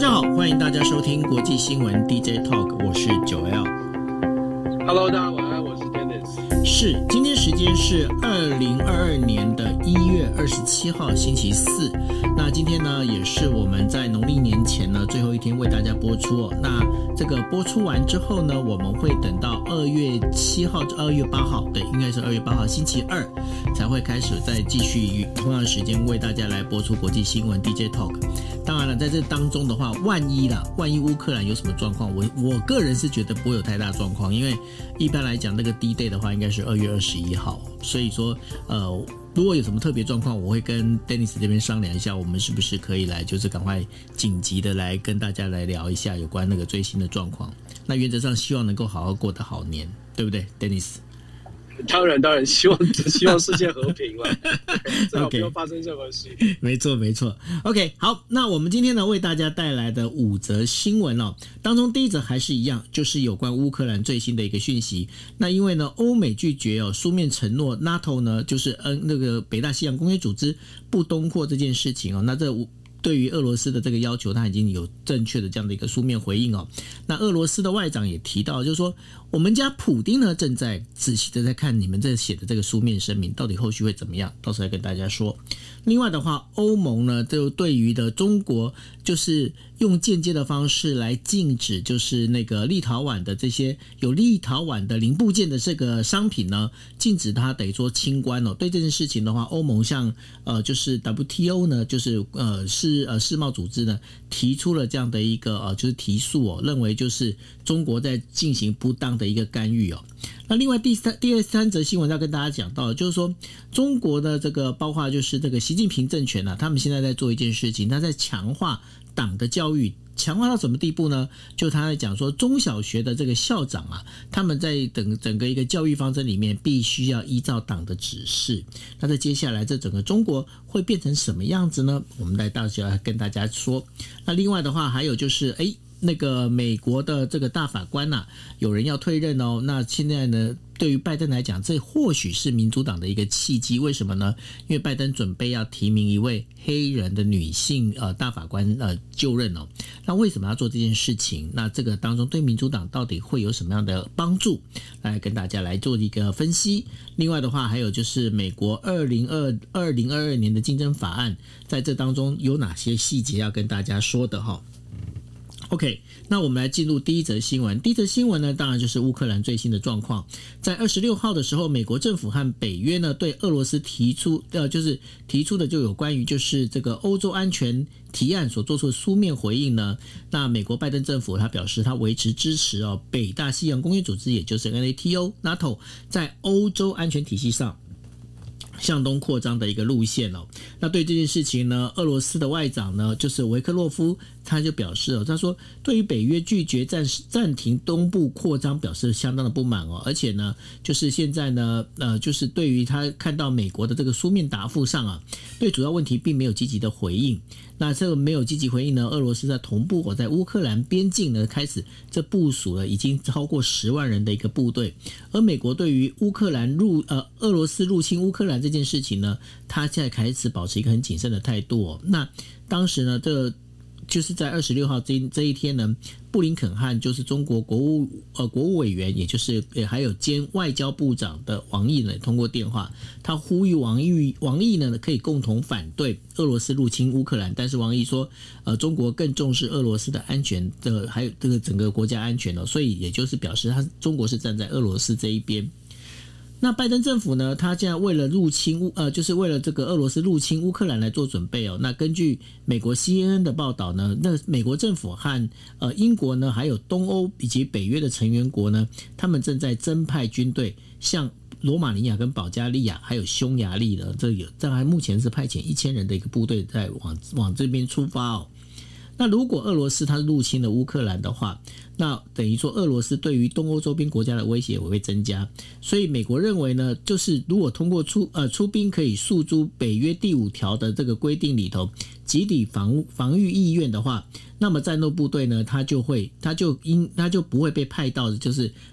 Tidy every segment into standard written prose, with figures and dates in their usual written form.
家好，欢迎大家收听国际新闻 DJ Talk， 我是9L。Hello， 大家晚安，我是 Dennis。 是，今天时间是2022年的1月27号，星期四。那今天呢，也是我们在农历年前呢最后一天为大家播出哦。那这个播出完之后呢，我们会等到2月7号、2月8号，对，应该是2月8号星期二才会开始再继续同样的时间为大家来播出国际新闻 DJ Talk。当然了，在这当中的话，万一乌克兰有什么状况，我个人是觉得不会有太大状况，因为一般来讲那个 D-Day 的话应该是2月21号，所以说如果有什么特别状况，我会跟 Dennis 这边商量一下，我们是不是可以来就是赶快紧急的来跟大家来聊一下有关那个最新的状况。那原则上希望能够好好过得好年，对不对 Dennis？ 当然希望世界和平了，最好不要发生任何事。 没错。OK， 好，那我们今天呢为大家带来的5则新闻哦，当中第一则还是一样，就是有关乌克兰最新的一个讯息。那因为呢，欧美拒绝书面承诺 NATO 呢，就是那个北大西洋公约组织不东扩这件事情哦，那这对于俄罗斯的这个要求，他已经有正确的这样的一个书面回应哦。那俄罗斯的外长也提到，就是说我们家普丁呢正在仔细的在看你们这写的这个书面声明，到底后续会怎么样，到时候来跟大家说。另外的话，欧盟呢就对于的中国就是用间接的方式来禁止，就是那个立陶宛的这些有立陶宛的零部件的这个商品呢，禁止它得说清关哦。对这件事情的话，欧盟向就是 WTO 呢，就是世贸组织呢提出了这样的一个就是提诉哦，认为就是中国在进行不当的一个干预哦。那另外第三则新闻要跟大家讲到的就是说，中国的这个包括就是这个习近平政权他们现在在做一件事情，他在强化党的教育。强化到什么地步呢？就他在讲说，中小学的这个校长他们在整个一个教育方针里面，必须要依照党的指示。那在接下来，这整个中国会变成什么样子呢？我们到时候要跟大家说。那另外的话，还有就是那个美国的这个大法官有人要退任哦。那现在呢，对于拜登来讲，这或许是民主党的一个契机。为什么呢？因为拜登准备要提名一位黑人的女性大法官就任哦。那为什么要做这件事情？那这个当中对民主党到底会有什么样的帮助？来跟大家来做一个分析。另外的话，还有就是美国2022年的竞争法案，在这当中有哪些细节要跟大家说的哈？OK， 那我们来进入第一则新闻。第一则新闻呢，当然就是乌克兰最新的状况。在26号的时候，美国政府和北约呢对俄罗斯提出的就有关于就是这个欧洲安全提案所做出的书面回应呢。那美国拜登政府他表示，他维持支持北大西洋公约组织，也就是 NATO 在欧洲安全体系上向东扩张的一个路线哦。那对这件事情呢，俄罗斯的外长呢，就是维克洛夫，他就表示他说对于北约拒绝暂停东部扩张表示相当的不满哦。而且呢，就是现在呢，就是对于他看到美国的这个书面答复上对主要问题并没有积极的回应。那这个没有积极回应呢，俄罗斯在同步在乌克兰边境呢开始这部署了已经超过10万人的一个部队。而美国对于俄罗斯入侵乌克兰这件事情呢，他现在开始保持一个很谨慎的态度哦。那当时呢，就是在26号这一天呢，布林肯和就是中国国务委员，也就是还有兼外交部长的王毅呢通过电话，他呼吁王毅呢可以共同反对俄罗斯入侵乌克兰。但是王毅说，中国更重视俄罗斯的安全的，还有这个整个国家安全所以也就是表示中国是站在俄罗斯这一边。那拜登政府呢，他现在为了就是为了这个俄罗斯入侵乌克兰来做准备哦。那根据美国 CNN 的报道呢，那美国政府和英国呢，还有东欧以及北约的成员国呢，他们正在增派军队向罗马尼亚跟保加利亚还有匈牙利呢，这还目前是派遣1000人的一个部队在往这边出发哦。那如果俄罗斯它入侵了乌克兰的话，那等于说俄罗斯对于东欧周边国家的威胁也会增加。所以美国认为呢，就是如果通过出兵可以诉诸北约第5条的这个规定里头集体防御意愿的话，那么战斗部队呢，它就不会被派到就是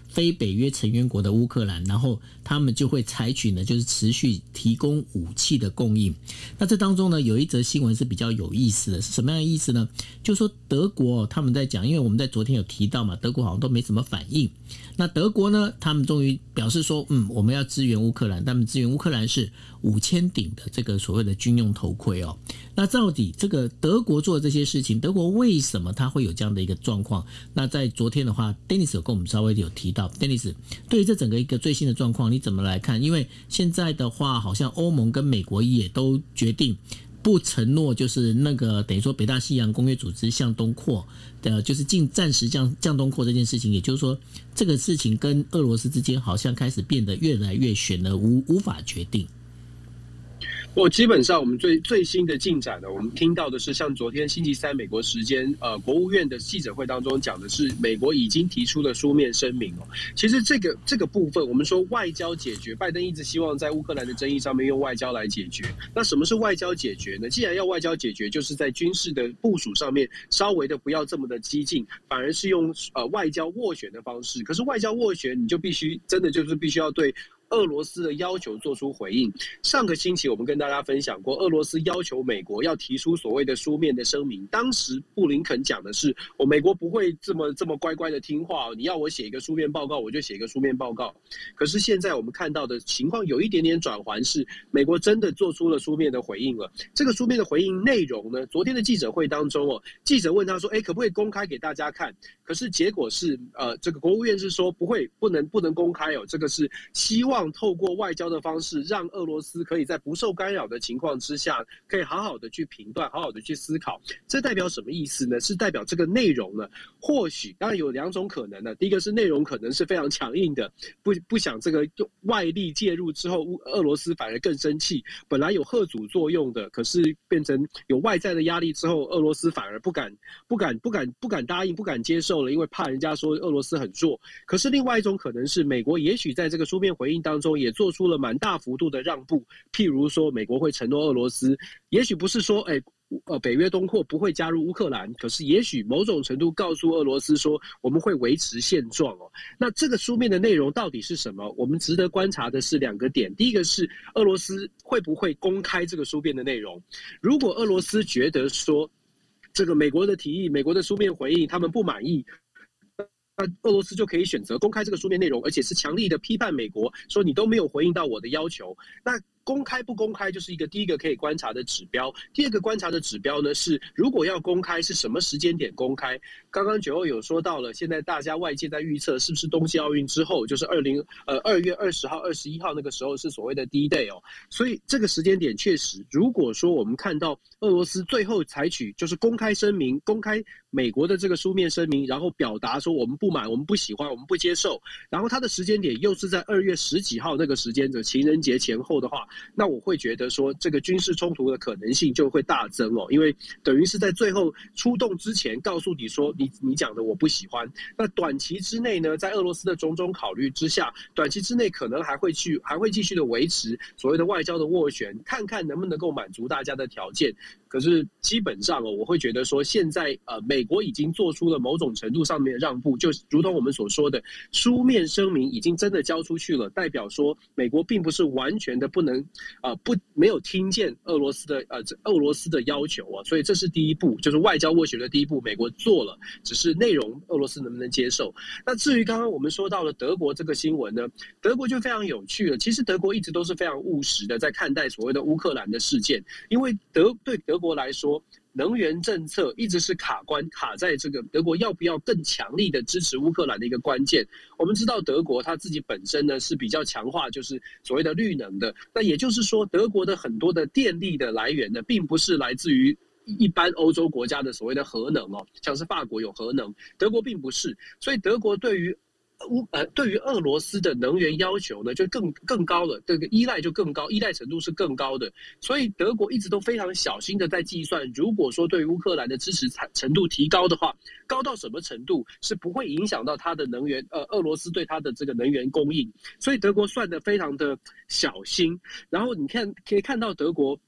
非北约成员国的乌克兰，然后他们就会采取呢，就是持续提供武器的供应。那这当中呢，有一则新闻是比较有意思的，是什么样的意思呢？就是说德国他们在讲，因为我们在昨天有提到嘛，德国好像都没什么反应。那德国呢，他们终于表示说，我们要支援乌克兰，他们支援乌克兰是5000顶的这个所谓的军用头盔哦。那到底这个德国做的这些事情，德国为什么他会有这样的一个状况？那在昨天的话 ，Dennis 有跟我们稍微有提到 ，Dennis 对于这整个一个最新的状况你怎么来看？因为现在的话，好像欧盟跟美国也都决定不承诺，就是那个等于说北大西洋公约组织向东扩的，就是暂时向东扩这件事情，也就是说这个事情跟俄罗斯之间好像开始变得越来越悬了，无法决定。 基本上我们最新的进展呢，我们听到的是，像昨天星期三美国时间，国务院的记者会当中讲的是，美国已经提出了书面声明哦。其实这个部分，我们说外交解决，拜登一直希望在乌克兰的争议上面用外交来解决。那什么是外交解决呢？既然要外交解决，就是在军事的部署上面稍微的不要这么的激进，反而是用外交斡旋的方式。可是外交斡旋，你就必须要对俄罗斯的要求做出回应。上个星期我们跟大家分享过，俄罗斯要求美国要提出所谓的书面的声明。当时布林肯讲的是，美国不会这么乖乖的听话，你要我写一个书面报告，我就写一个书面报告。可是现在我们看到的情况有一点点转圜，是美国真的做出了书面的回应了。这个书面的回应内容呢，昨天的记者会当中记者问他说，可不可以公开给大家看？可是结果是，这个国务院是说不能公开这个是希望透过外交的方式，让俄罗斯可以在不受干扰的情况之下，可以好好的去评断，好好的去思考。这代表什么意思呢？是代表这个内容呢，或许当然有两种可能呢。第一个是内容可能是非常强硬的，不想这个外力介入之后，俄罗斯反而更生气。本来有吓阻作用的，可是变成有外在的压力之后，俄罗斯反而不敢答应，不敢接受了，因为怕人家说俄罗斯很弱。可是另外一种可能是，美国也许在这个书面回应当中也做出了蛮大幅度的让步，譬如说美国会承诺俄罗斯，也许不是说北约东扩不会加入乌克兰，可是也许某种程度告诉俄罗斯说我们会维持现状那这个书面的内容到底是什么？我们值得观察的是两个点。第一个是俄罗斯会不会公开这个书面的内容？如果俄罗斯觉得说这个美国的提议、美国的书面回应他们不满意，那俄罗斯就可以选择公开这个书面内容，而且是强力的批判美国，说你都没有回应到我的要求。那公开不公开就是第一个可以观察的指标。第二个观察的指标呢是，如果要公开，是什么时间点公开？刚刚9号有说到了，现在大家外界在预测是不是冬季奥运之后，就是2月20号、21号那个时候是所谓的 D-Day 所以这个时间点确实，如果说我们看到俄罗斯最后采取就是公开声明，公开美国的这个书面声明，然后表达说我们不满、我们不喜欢、我们不接受，然后它的时间点又是在2月10几号那个时间的情人节前后的话，那我会觉得说这个军事冲突的可能性就会大增因为等于是在最后出动之前告诉你说你讲的我不喜欢。那短期之内呢，在俄罗斯的种种考虑之下，短期之内可能还会继续的维持所谓的外交的斡旋，看看能不能够满足大家的条件。可是基本上我会觉得说现在美国已经做出了某种程度上面的让步，就如同我们所说的书面声明已经真的交出去了，代表说美国并不是完全的不能没有听见俄罗斯的要求所以这是第一步，就是外交斡旋的第一步，美国做了，只是内容俄罗斯能不能接受。那至于刚刚我们说到了德国这个新闻呢，德国就非常有趣了。其实德国一直都是非常务实的在看待所谓的乌克兰的事件，因为对德国来说，能源政策一直是卡在这个德国要不要更强力的支持乌克兰的一个关键。我们知道德国它自己本身呢是比较强化就是所谓的绿能的，那也就是说德国的很多的电力的来源呢，并不是来自于一般欧洲国家的所谓的核能像是法国有核能，德国并不是，所以德国对于俄罗斯的能源要求呢，就更高了，这个依赖就更高，依赖程度是更高的。所以德国一直都非常小心的在计算，如果说对于乌克兰的支持程度提高的话，高到什么程度是不会影响到它的能源，俄罗斯对它的这个能源供应。所以德国算得非常的小心。然后你可以看到德国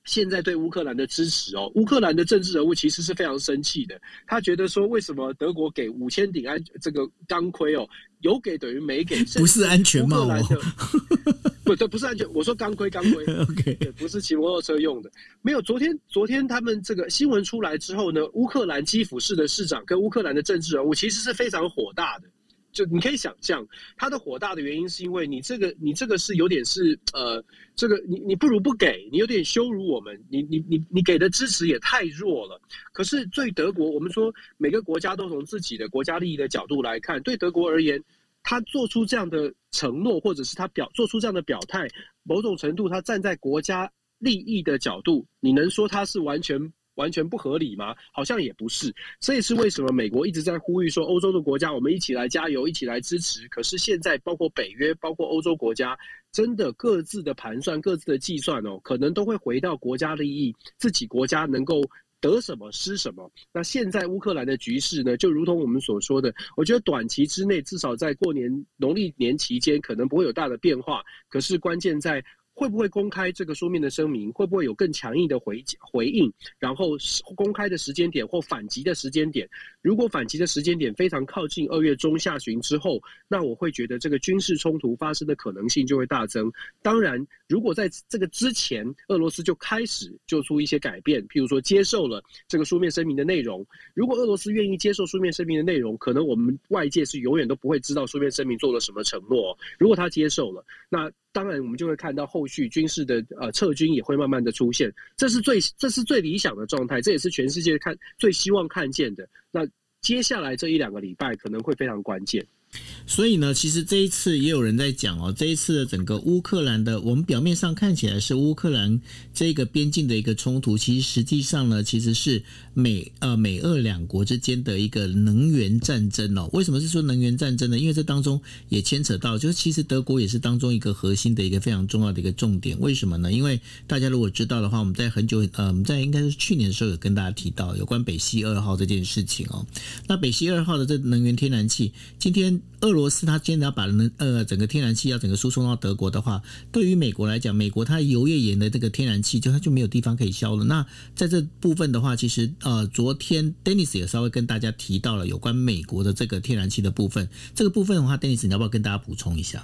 现在对乌克兰的支持哦，乌克兰的政治人物其实是非常生气的。他觉得说，为什么德国给5000顶这个钢盔哦，有给等于没给， 不是安全帽哦， 不是安全，我说钢盔 ，OK， 不是骑摩托车用的。没有，昨天他们这个新闻出来之后呢，乌克兰基辅市的市长跟乌克兰的政治人物其实是非常火大的。就你可以想象，他的火大的原因是因为你这个是有点是这个你不如不给，你有点羞辱我们，你给的支持也太弱了。可是对德国，我们说每个国家都从自己的国家利益的角度来看，对德国而言，他做出这样的承诺，或者是他做出这样的表态，某种程度他站在国家利益的角度，你能说他是完全不合理吗？好像也不是。这也是为什么美国一直在呼吁说，欧洲的国家我们一起来加油，一起来支持。可是现在包括北约，包括欧洲国家，真的各自的盘算、各自的计算哦，可能都会回到国家利益，自己国家能够得什么失什么。那现在乌克兰的局势呢，就如同我们所说的，我觉得短期之内，至少在过年农历年期间，可能不会有大的变化。可是关键在会不会公开这个书面的声明，会不会有更强硬的回应，然后公开的时间点或反击的时间点。如果反击的时间点非常靠近2月中下旬之后，那我会觉得这个军事冲突发生的可能性就会大增。当然，如果在这个之前，俄罗斯就开始做出一些改变，譬如说接受了这个书面声明的内容，如果俄罗斯愿意接受书面声明的内容，可能我们外界是永远都不会知道书面声明做了什么承诺。如果他接受了，那当然我们就会看到后续军事的撤军也会慢慢的出现，这是最理想的状态，这也是全世界最希望看见的。那接下来这1-2个礼拜可能会非常关键。 所以呢，其实这一次也有人在讲哦，这一次的整个乌克兰的，我们表面上看起来是乌克兰这个边境的一个冲突，其实实际上呢，其实是美俄两国之间的一个能源战争哦。为什么是说能源战争呢？因为这当中也牵扯到，就是其实德国也是当中一个核心的一个非常重要的一个重点。为什么呢？因为大家如果知道的话，我们在很久我们在应该是去年的时候有跟大家提到有关北溪2号这件事情哦。那北溪2号的这能源天然气，今天俄罗斯它今天要把整个天然气要整个输送到德国的话，对于美国来讲，美国它油页岩的这个天然气它就没有地方可以销了。那在这部分的话，其实昨天 Dennis 也稍微跟大家提到了有关美国的这个天然气的部分。这个部分的话 ，Dennis 你要不要跟大家补充一下？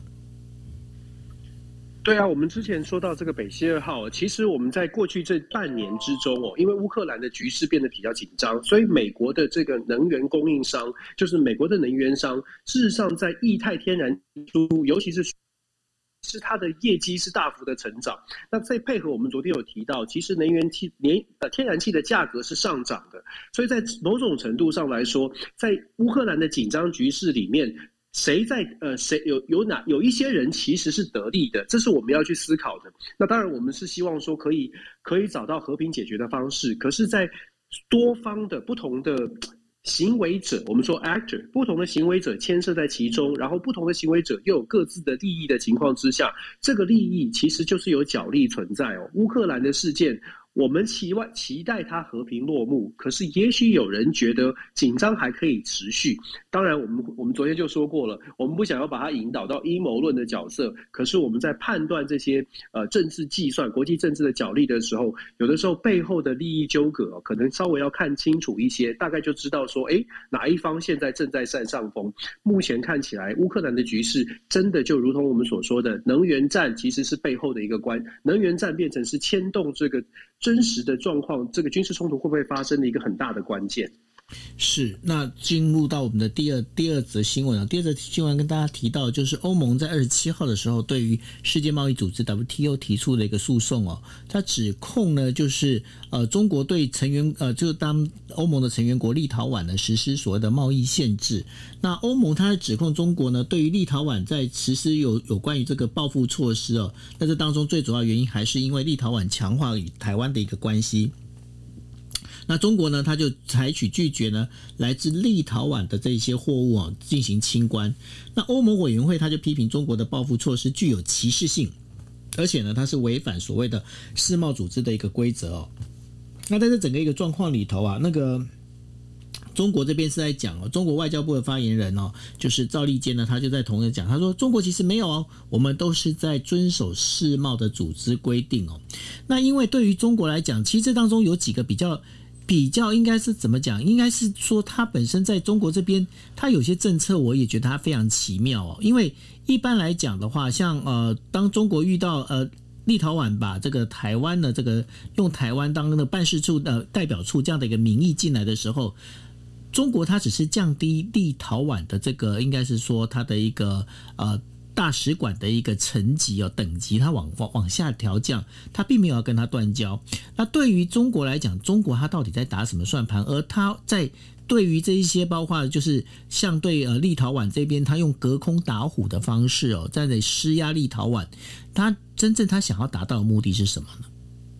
对啊，我们之前说到这个北溪2号，其实我们在过去这半年之中哦，因为乌克兰的局势变得比较紧张，所以美国的这个能源供应商，就是美国的能源商，事实上在液态天然输入，尤其是它的业绩是大幅的成长。那再配合我们昨天有提到，其实天然气的价格是上涨的，所以在某种程度上来说，在乌克兰的紧张局势里面，谁有一些人其实是得利的，这是我们要去思考的。那当然，我们是希望说可以找到和平解决的方式。可是，在多方的不同的行为者，我们说 actor， 不同的行为者牵涉在其中，然后不同的行为者又有各自的利益的情况之下，这个利益其实就是有角力存在哦。乌克兰的事件，我们期待它和平落幕，可是也许有人觉得紧张还可以持续。当然，我们昨天就说过了，我们不想要把它引导到阴谋论的角色。可是我们在判断这些政治计算、国际政治的角力的时候，有的时候背后的利益纠葛可能稍微要看清楚一些，大概就知道说，哪一方现在正在占上风。目前看起来，乌克兰的局势真的就如同我们所说的，能源战其实是背后的一个能源战变成是牵动这个真实的状况，这个军事冲突会不会发生的一个很大的关键。 是，那进入到我们的第二则新闻啊，第二则新闻跟大家提到，就是欧盟在27号的时候对于世界贸易组织 WTO 提出的一个诉讼哦，它指控呢就是中国对就是当欧盟的成员国立陶宛呢实施所谓的贸易限制。那欧盟它指控中国呢对于立陶宛在实施有关于这个报复措施哦，那这当中最主要原因还是因为立陶宛强化与台湾的一个关系。那中国呢，它就采取拒绝呢来自立陶宛的这些货物进行清关。那欧盟委员会它就批评中国的报复措施具有歧视性，而且呢它是违反所谓的世贸组织的一个规则哦。那在这整个一个状况里头啊，那个中国这边是在讲中国外交部的发言人就是赵立坚呢，他就在同日讲，他说中国其实没有我们都是在遵守世贸的组织规定那因为对于中国来讲，其实这当中有几个比较应该是怎么讲？应该是说它本身在中国这边，它有些政策我也觉得它非常奇妙因为一般来讲的话，像当中国遇到立陶宛把这个台湾的这个用台湾当的办事处代表处这样的一个名义进来的时候，中国它只是降低立陶宛的这个应该是说它的一个大使馆的一个层级等级，它往下调降，它并没有要跟它断交。那对于中国来讲，中国它到底在打什么算盘？而它在对于这一些包括就是像对立陶宛这边，它用隔空打虎的方式在施压立陶宛，它真正它想要达到的目的是什么呢？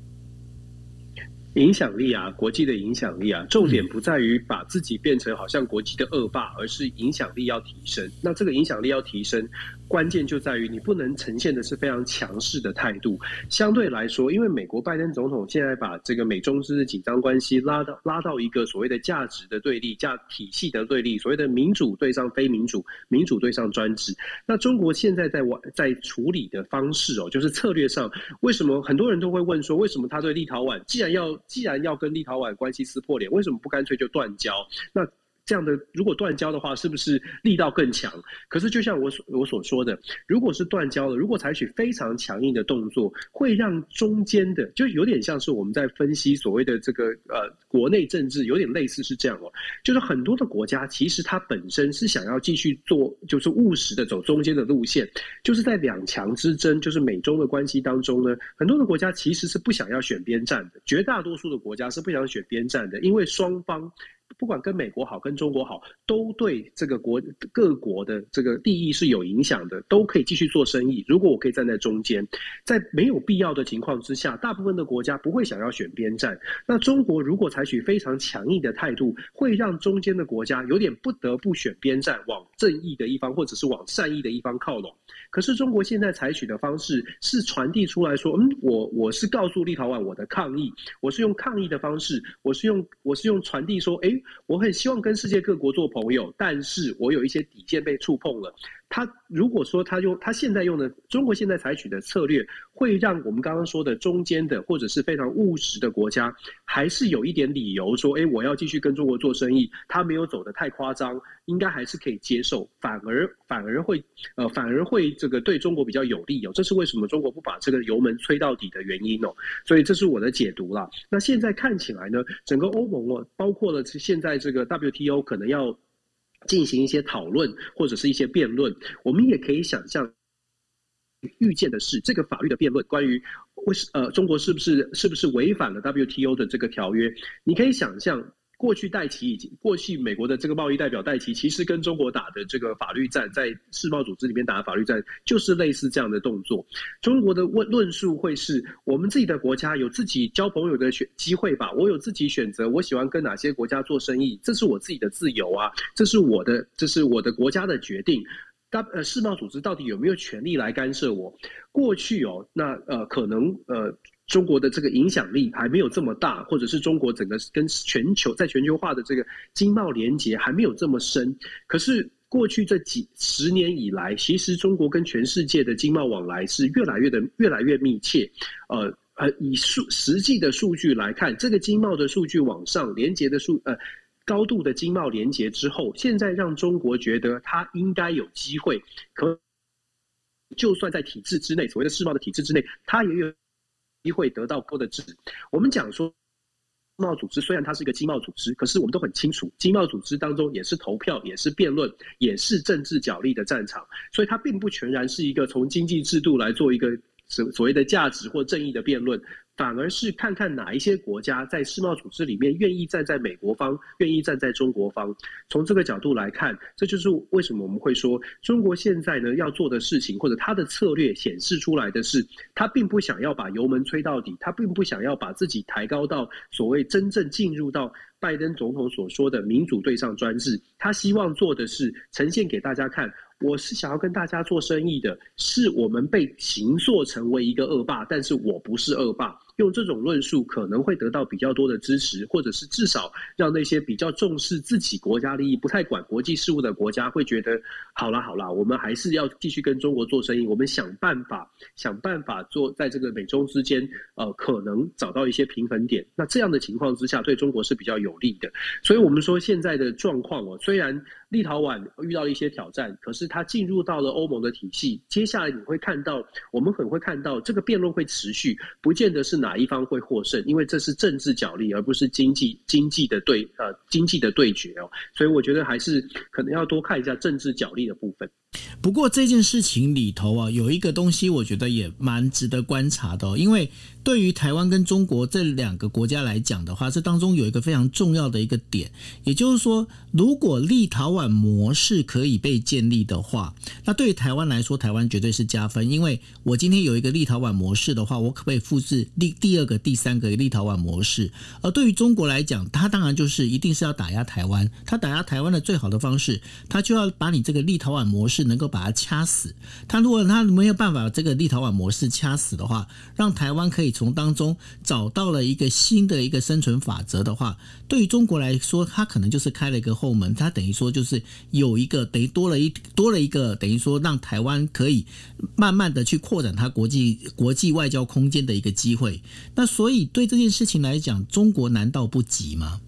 影响力啊，国际的影响力啊，重点不在于把自己变成好像国际的恶霸，而是影响力要提升。那这个影响力要提升，关键就在于你不能呈现的是非常强势的态度。相对来说，因为美国拜登总统现在把这个美中之紧张关系拉到一个所谓的价值的对立、体系的对立，所谓的民主对上非民主、民主对上专制。那中国现在在处理的方式就是策略上，为什么很多人都会问说，为什么他对立陶宛既然要跟立陶宛关系撕破脸，为什么不干脆就断交？那这样的如果断交的话，是不是力道更强？可是就像我所说的，如果是断交了，如果采取非常强硬的动作，会让中间的就有点像是我们在分析所谓的这个国内政治，有点类似是这样就是很多的国家其实它本身是想要继续做，就是务实的走中间的路线，就是在两强之争，就是美中的关系当中呢，很多的国家其实是不想要选边站的，绝大多数的国家是不想选边站的，因为双方不管跟美国好跟中国好，都对这个各国的这个利益是有影响的，都可以继续做生意。如果我可以站在中间，在没有必要的情况之下，大部分的国家不会想要选边站。那中国如果采取非常强硬的态度，会让中间的国家有点不得不选边站，往正义的一方或者是往善意的一方靠拢。可是中国现在采取的方式是传递出来说，我是告诉立陶宛我的抗议，我是用抗议的方式，我是用传递说，我很希望跟世界各国做朋友，但是我有一些底线被触碰了。他如果说他现在用的中国现在采取的策略，会让我们刚刚说的中间的或者是非常务实的国家，还是有一点理由说，我要继续跟中国做生意，他没有走得太夸张，应该还是可以接受，反而会这个对中国比较有利这是为什么中国不把这个油门催到底的原因所以这是我的解读啦。那现在看起来呢，整个欧盟包括了现在这个 WTO 可能要进行一些讨论或者是一些辩论，我们也可以想象预见的是，这个法律的辩论关于中国是不是违反了 WTO 的这个条约，你可以想象过去美国的这个贸易代表戴琪其实跟中国打的这个法律战，在世贸组织里面打的法律战，就是类似这样的动作。中国的论述会是，我们自己的国家有自己交朋友的机会吧，我有自己选择，我喜欢跟哪些国家做生意，这是我自己的自由啊，这是我的国家的决定。世贸组织到底有没有权利来干涉我？过去可能中国的这个影响力还没有这么大，或者是中国整个跟在全球化的这个经贸连结还没有这么深。可是过去这几十年以来，其实中国跟全世界的经贸往来是越来越密切。以实际的数据来看，这个经贸的数据往上连结的高度的经贸连结之后，现在让中国觉得它应该有机会，就算在体制之内，所谓的世贸的体制之内，它也有机会得到高的支持。我们讲说，经贸组织虽然它是一个经贸组织，可是我们都很清楚，经贸组织当中也是投票，也是辩论，也是政治角力的战场，所以它并不全然是一个从经济制度来做一个所谓的价值或正义的辩论，反而是看看哪一些国家在世贸组织里面愿意站在美国方，愿意站在中国方。从这个角度来看，这就是为什么我们会说，中国现在呢要做的事情，或者它的策略显示出来的是，它并不想要把油门催到底，它并不想要把自己抬高到所谓真正进入到拜登总统所说的民主对上专制。他希望做的是呈现给大家看，我是想要跟大家做生意的，是我们被形塑成为一个恶霸，但是我不是恶霸。 用这种论述可能会得到比较多的支持，或者是至少让那些比较重视自己国家利益、不太管国际事务的国家会觉得，好啦，我们还是要继续跟中国做生意，我们想办法做在这个美中之间，可能找到一些平衡点。那这样的情况之下，对中国是比较有利的。所以我们说现在的状况虽然立陶宛遇到了一些挑战，可是它进入到了欧盟的体系，接下来我们很会看到这个辩论会持续，不见得是哪一方会获胜，因为这是政治角力，而不是经济的对决所以我觉得还是可能要多看一下政治角力的部分。 不过这件事情里头有一个东西我觉得也蛮值得观察的因为对于台湾跟中国这两个国家来讲的话，这当中有一个非常重要的一个点，也就是说，如果立陶宛模式可以被建立的话，那对于台湾来说，台湾绝对是加分，因为我今天有一个立陶宛模式的话，我可不可以复制第二个、第三个立陶宛模式？而对于中国来讲，它当然就是一定是要打压台湾，它打压台湾的最好的方式，它就要把你这个立陶宛模式能够把它掐死。如果它没有办法这个立陶宛模式掐死的话，让台湾可以从当中找到了一个新的一个生存法则的话，对于中国来说，它可能就是开了一个后门，它等于说就是有一个等于多了一个等于说让台湾可以慢慢的去扩展它国际外交空间的一个机会。那所以对这件事情来讲，中国难道不急吗？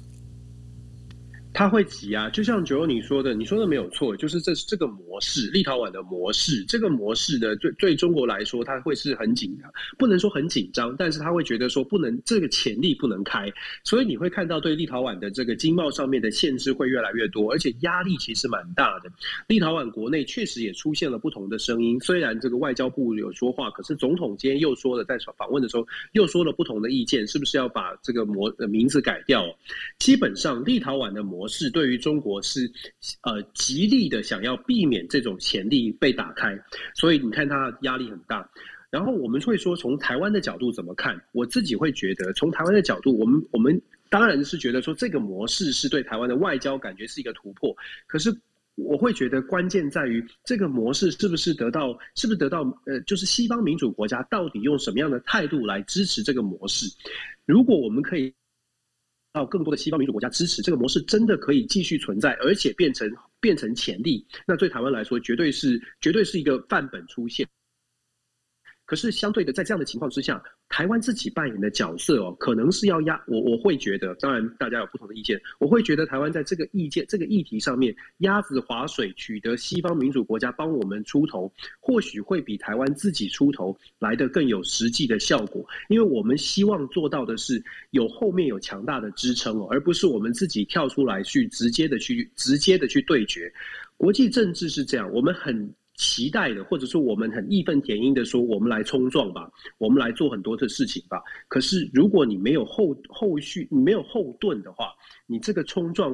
他会急啊，就像九欧你说的没有错，就是这个模式，立陶宛的模式，这个模式的对中国来说，它会是很紧张，不能说很紧张，但是他会觉得说不能这个潜力不能开，所以你会看到对立陶宛的这个经贸上面的限制会越来越多，而且压力其实蛮大的。立陶宛国内确实也出现了不同的声音，虽然这个外交部有说话，可是总统今天又说了，在访问的时候又说了不同的意见，是不是要把这个名字改掉？基本上立陶宛的模式对于中国是极力的想要避免这种潜力被打开，所以你看它压力很大。然后我们会说从台湾的角度怎么看？我自己会觉得从台湾的角度，我们当然是觉得说这个模式是对台湾的外交感觉是一个突破，可是我会觉得关键在于这个模式是不是得到就是西方民主国家到底用什么样的态度来支持这个模式。如果我们可以到更多的西方民主国家支持这个模式，真的可以继续存在，而且变成潜力，那对台湾来说绝对是一个范本出现。可是相对的，在这样的情况之下，台湾自己扮演的角色可能是要我会觉得，当然大家有不同的意见，我会觉得台湾在这个议题上面鸭子划水，取得西方民主国家帮我们出头，或许会比台湾自己出头来得更有实际的效果。因为我们希望做到的是后面有强大的支撑而不是我们自己跳出来去直接的去对决。国际政治是这样，我们很期待的，或者说我们很义愤填膺的说，我们来冲撞吧，我们来做很多的事情吧。可是如果你没有后续，你没有后盾的话，你这个冲撞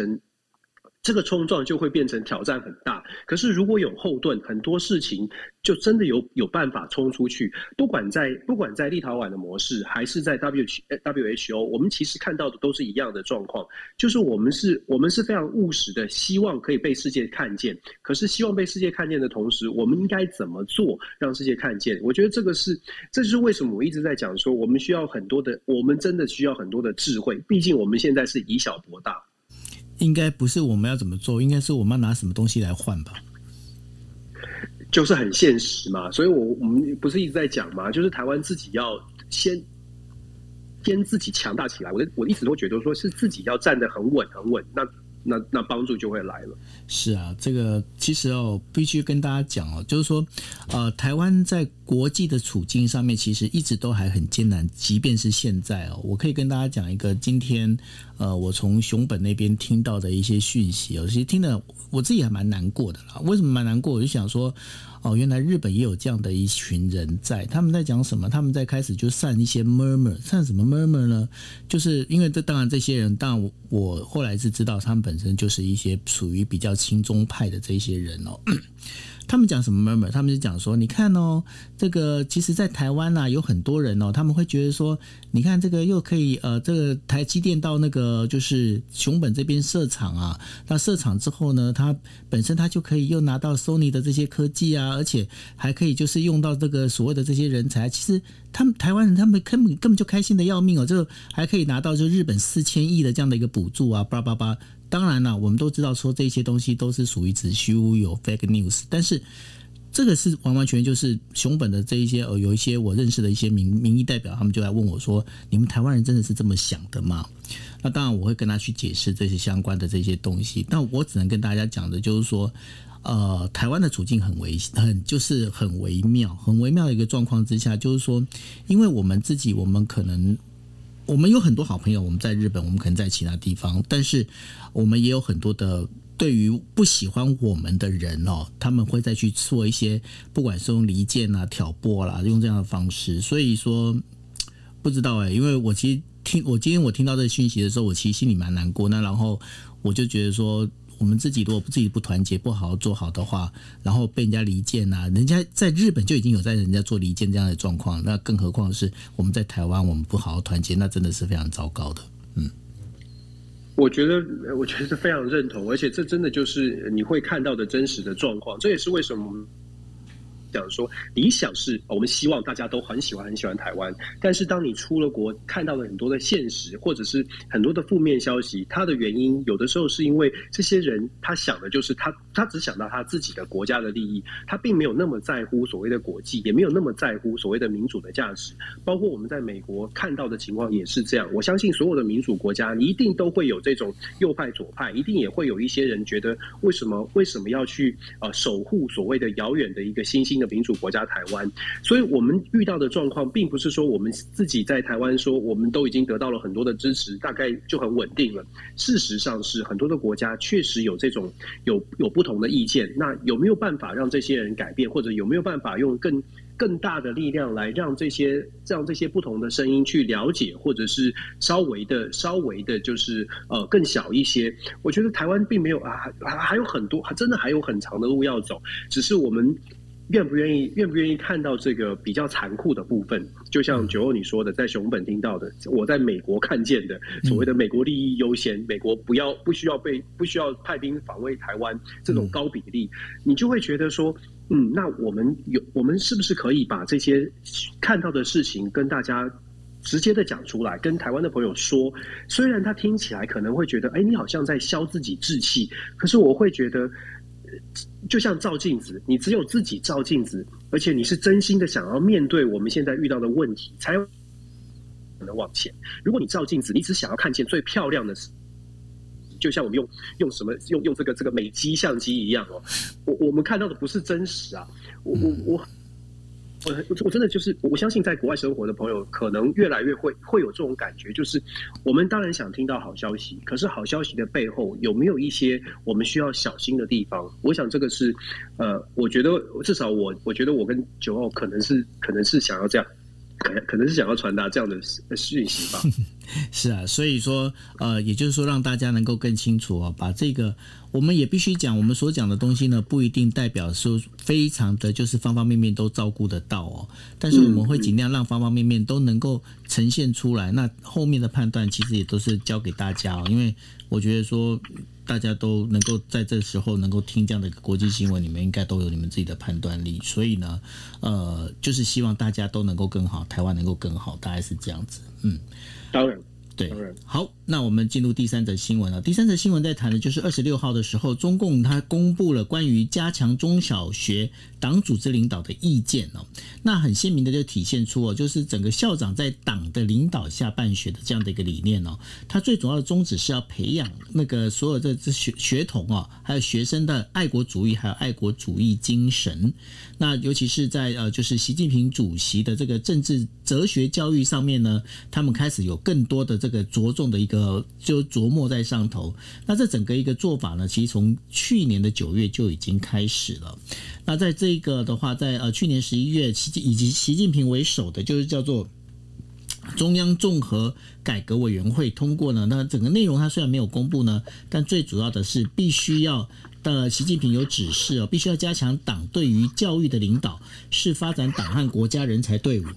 就会变成挑战很大。可是如果有后盾，很多事情就真的有办法冲出去。不管在立陶宛的模式，还是在 WHO， 我们其实看到的都是一样的状况，就是我们是非常务实的，希望可以被世界看见。可是希望被世界看见的同时，我们应该怎么做让世界看见？我觉得这就是为什么我一直在讲说，我们真的需要很多的智慧。毕竟我们现在是以小博大。 应该不是我们要怎么做，应该是我们要拿什么东西来换吧， 就是很现实嘛。所以我们不是一直在讲嘛，就是台湾自己要先自己强大起来。我一直都觉得说是自己要站得很稳，那帮助就会来了。 是啊，这个其实必须跟大家讲就是说台湾在国际的处境上面其实一直都还很艰难，即便是现在我可以跟大家讲一个今天我从熊本那边听到的一些讯息其实听得我自己还蛮难过的啦。为什么蛮难过？我就想说原来日本也有这样的一群人在，他们在讲什么？他们在开始就散一些 murmur， 散什么 murmur 呢？就是因为当然这些人，当然我后来是知道他们本身就是一些属于比较亲中派的这些人他们讲什么 murmur？ 他们就讲说，你看这个其实在台湾有很多人他们会觉得说，你看这个又可以这个台积电到那个就是熊本这边设厂那设厂之后呢，它本身它就可以又拿到 Sony 的这些科技而且还可以就是用到这个所谓的这些人才。其实他们台湾人他们根本就开心的要命哦，这还可以拿到就日本4000亿的这样的一个补助啊，叭叭叭。当然了，我们都知道说这些东西都是属于子虚乌有 fake news， 但是这个是完完全全就是熊本的这一些有一些我认识的一些民意代表，他们就来问我说：“你们台湾人真的是这么想的吗？”那当然我会跟他去解释这些相关的这些东西，但我只能跟大家讲的就是说，台湾的处境很微妙，很微妙的一个状况之下，就是说，因为我们自己，我们有很多好朋友，我们在日本，我们可能在其他地方，但是我们也有很多的对于不喜欢我们的人哦，他们会再去做一些，不管是用离间啊、挑拨啦，用这样的方式。所以说，不知道因为我其实今天我听到这个讯息的时候，我其实心里蛮难过。那然后我就觉得说，我们自己如果自己不团结、不好好做好的话，然后被人家离间啊，人家在日本就已经有在人家做离间这样的状况，那更何况是我们在台湾，我们不好好团结，那真的是非常糟糕的。 我觉得非常认同，而且这真的就是你会看到的真实的状况。这也是为什么我们讲说理想是我们希望大家都很喜欢台湾，但是当你出了国看到了很多的现实或者是很多的负面消息，它的原因有的时候是因为这些人他想的就是他只想到他自己的国家的利益，他并没有那么在乎所谓的国际，也没有那么在乎所谓的民主的价值。包括我们在美国看到的情况也是这样。我相信所有的民主国家你一定都会有这种右派左派，一定也会有一些人觉得为什么要去守护所谓的遥远的一个新兴的民主国家台湾。所以我们遇到的状况并不是说我们自己在台湾说我们都已经得到了很多的支持，大概就很稳定了。事实上是很多的国家确实有这种有不同的意见，那有没有办法让这些人改变，或者有没有办法用更大的力量来让这些不同的声音去了解，或者是稍微的就是更小一些。我觉得台湾并没有还有很多，真的还有很长的路要走，只是我们愿不愿意看到这个比较残酷的部分。就像九欧你说的，在熊本听到的，我在美国看见的所谓的美国利益优先，美国不需要派兵防卫台湾这种高比例，你就会觉得说那我们是不是可以把这些看到的事情跟大家直接的讲出来，跟台湾的朋友说？虽然他听起来可能会觉得你好像在消自己志气，可是我会觉得就像照镜子，你只有自己照镜子，而且你是真心的想要面对我们现在遇到的问题，才有可能往前。如果你照镜子，你只想要看见最漂亮的，就像我们用这个美肌相机一样我们看到的不是真实啊。我真的就是我相信在国外生活的朋友可能越来越会有这种感觉，就是我们当然想听到好消息，可是好消息的背后有没有一些我们需要小心的地方？我想这个是我觉得至少我觉得我跟九号可能是想要这样，可能是想要传达这样的讯息吧。 是啊，所以说也就是说让大家能够更清楚把这个我们也必须讲，我们所讲的东西呢，不一定代表说非常的就是方方面面都照顾得到但是我们会尽量让方方面面都能够呈现出来。那后面的判断其实也都是交给大家因为我觉得说大家都能够在这时候能够听这样的一个国际新闻，你们应该都有你们自己的判断力，所以呢就是希望大家都能够更好，台湾能够更好，大概是这样子。 当然对，好，那我们进入第三则新闻了。第三则新闻在谈的就是26号的时候，中共他公布了关于加强中小学党组织领导的意见那很鲜明的就体现出就是整个校长在党的领导下办学的这样的一个理念它最主要的宗旨是要培养那个所有的学童还有学生的爱国主义还有爱国主义精神。那尤其是在就是习近平主席的这个政治哲学教育上面呢，他们开始有更多的这个着重的一个就琢磨在上头。那这整个一个做法呢，其实从去年的9月就已经开始了。那在这个的话，在去年11月以及习近平为首的就是叫做中央综合改革委员会通过呢，那整个内容它虽然没有公布呢，但最主要的是必须要习近平有指示必须要加强党对于教育的领导，是发展党和国家人才队伍，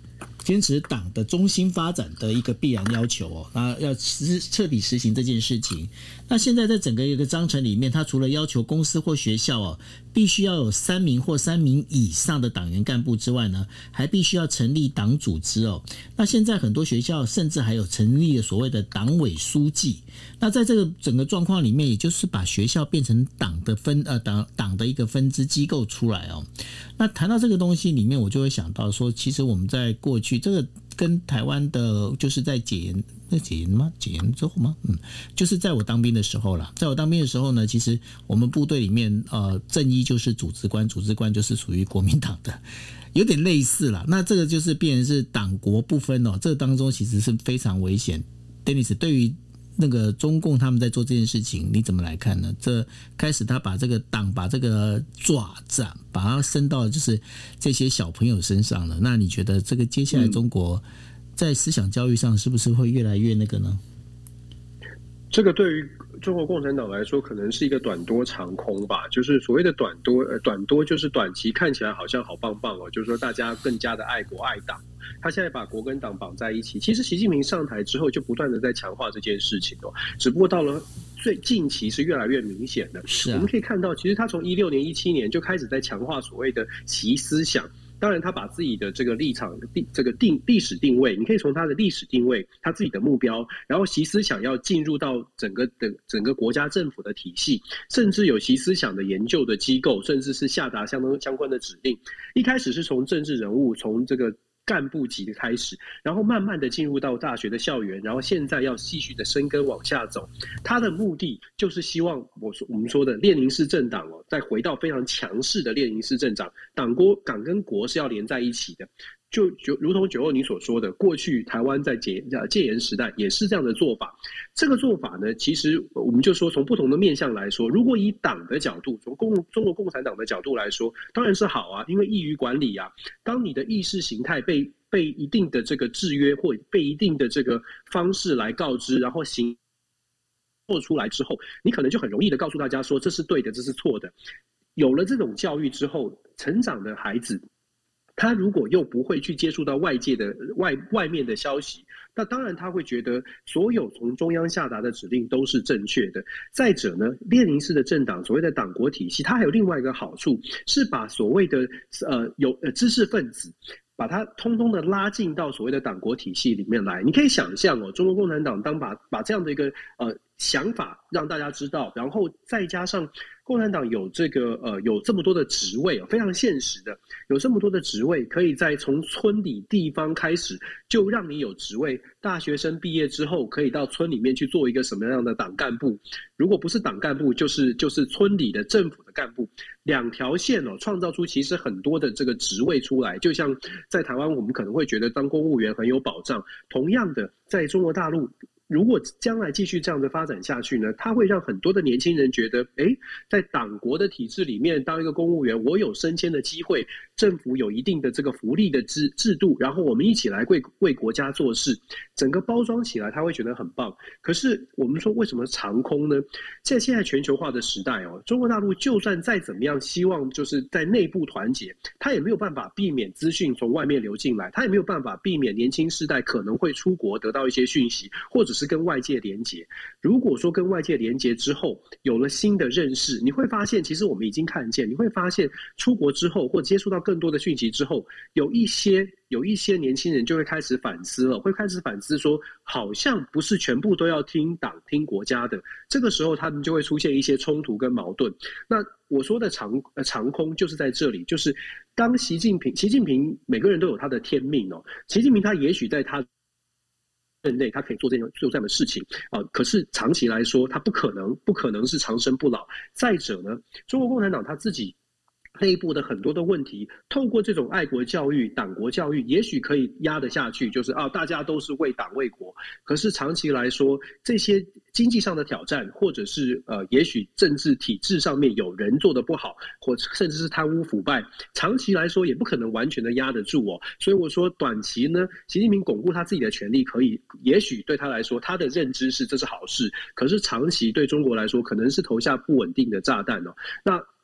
坚持党的中心发展的一个必然要求哦，那要彻底实行这件事情。那现在在整个一个章程里面，它除了要求公司或学校哦必须要有3名或3名以上的党员干部之外呢，还必须要成立党组织哦。那现在很多学校甚至还有成立了所谓的党委书记。那在这个整个状况里面，也就是把学校变成党的一个分支机构出来哦。那谈到这个东西里面，我就会想到说，其实我们在过去这个跟台湾的，就是在解严之后吗？就是在我当兵的时候啦。在我当兵的时候呢，其实我们部队里面正一就是组织官，组织官就是属于国民党的，有点类似啦。那这个就是变成是党国不分哦，这个当中其实是非常危险。Dennis 对于那个中共他们在做这件事情，你怎么来看呢？这开始他把这个党把这个爪子把它伸到就是这些小朋友身上了。那你觉得这个接下来中国在思想教育上是不是会越来越那个呢？ 这个对于中国共产党来说，可能是一个短多长空吧。就是所谓的短多就是短期看起来好像好棒棒哦，就是说大家更加的爱国爱党。他现在把国跟党绑在一起，其实习近平上台之后就不断的在强化这件事情哦，只不过到了最近期是越来越明显的。我们可以看到，其实他从16年、17年就开始在强化所谓的习思想。当然，他把自己的这个立场、历史定位，你可以从他的历史定位、他自己的目标，然后习思想要进入到整个国家政府的体系，甚至有习思想的研究的机构，甚至是下达相关的指令。一开始是从政治人物，从这个干部级的开始，然后慢慢的进入到大学的校园，然后现在要继续的深耕往下走。他的目的就是希望我们说的列宁式政党哦，再回到非常强势的列宁式政党，党跟国是要连在一起的。就如同9·2你所说的，过去台湾在戒严时代也是这样的做法。这个做法呢，其实我们就说从不同的面向来说，如果以党的角度，从中国共产党的角度来说，当然是好啊，因为易于管理啊。当你的意识形态被一定的这个制约，或被一定的这个方式来告知，然后做出来之后，你可能就很容易的告诉大家说这是对的，这是错的。有了这种教育之后，成长的孩子，他如果又不会去接触到外界的外面的消息，那当然他会觉得所有从中央下达的指令都是正确的。再者呢，列宁式的政党所谓的党国体系，它还有另外一个好处，是把所谓的知识分子把它通通的拉进到所谓的党国体系里面来。你可以想象哦，中国共产党当把这样的一个想法让大家知道，然后再加上共产党有这个有这么多的职位非常现实的，有这么多的职位可以在从村里地方开始就让你有职位，大学生毕业之后可以到村里面去做一个什么样的党干部，如果不是党干部就是村里的政府的干部，两条线创造出其实很多的这个职位出来。就像在台湾我们可能会觉得当公务员很有保障，同样的在中国大陆如果将来继续这样的发展下去呢，它会让很多的年轻人觉得，在党国的体制里面当一个公务员，我有升迁的机会，政府有一定的这个福利的制度，然后我们一起来为国家做事，整个包装起来他会觉得很棒。可是我们说为什么长空呢？在现在全球化的时代中国大陆就算再怎么样希望就是在内部团结，他也没有办法避免资讯从外面流进来，他也没有办法避免年轻世代可能会出国得到一些讯息，或者是跟外界连结。如果说跟外界连结之后有了新的认识，你会发现其实我们已经看见，你会发现出国之后或接触到更多的讯息之后，有一些年轻人就会开始反思了，会开始反思说好像不是全部都要听党听国家的。这个时候他们就会出现一些冲突跟矛盾。那我说的长空就是在这里，就是当习近平每个人都有他的天命习近平他也许在他任内他可以做这样的事情可是长期来说他不可能是长生不老。再者呢，中国共产党他自己内部的很多的问题，透过这种爱国教育、党国教育，也许可以压得下去，就是大家都是为党为国。可是长期来说，这些经济上的挑战，或者是也许政治体制上面有人做得不好，或甚至是贪污腐败，长期来说也不可能完全的压得住所以我说，短期呢，习近平巩固他自己的权力，也许对他来说，他的认知是这是好事。可是长期对中国来说，可能是投下不稳定的炸弹那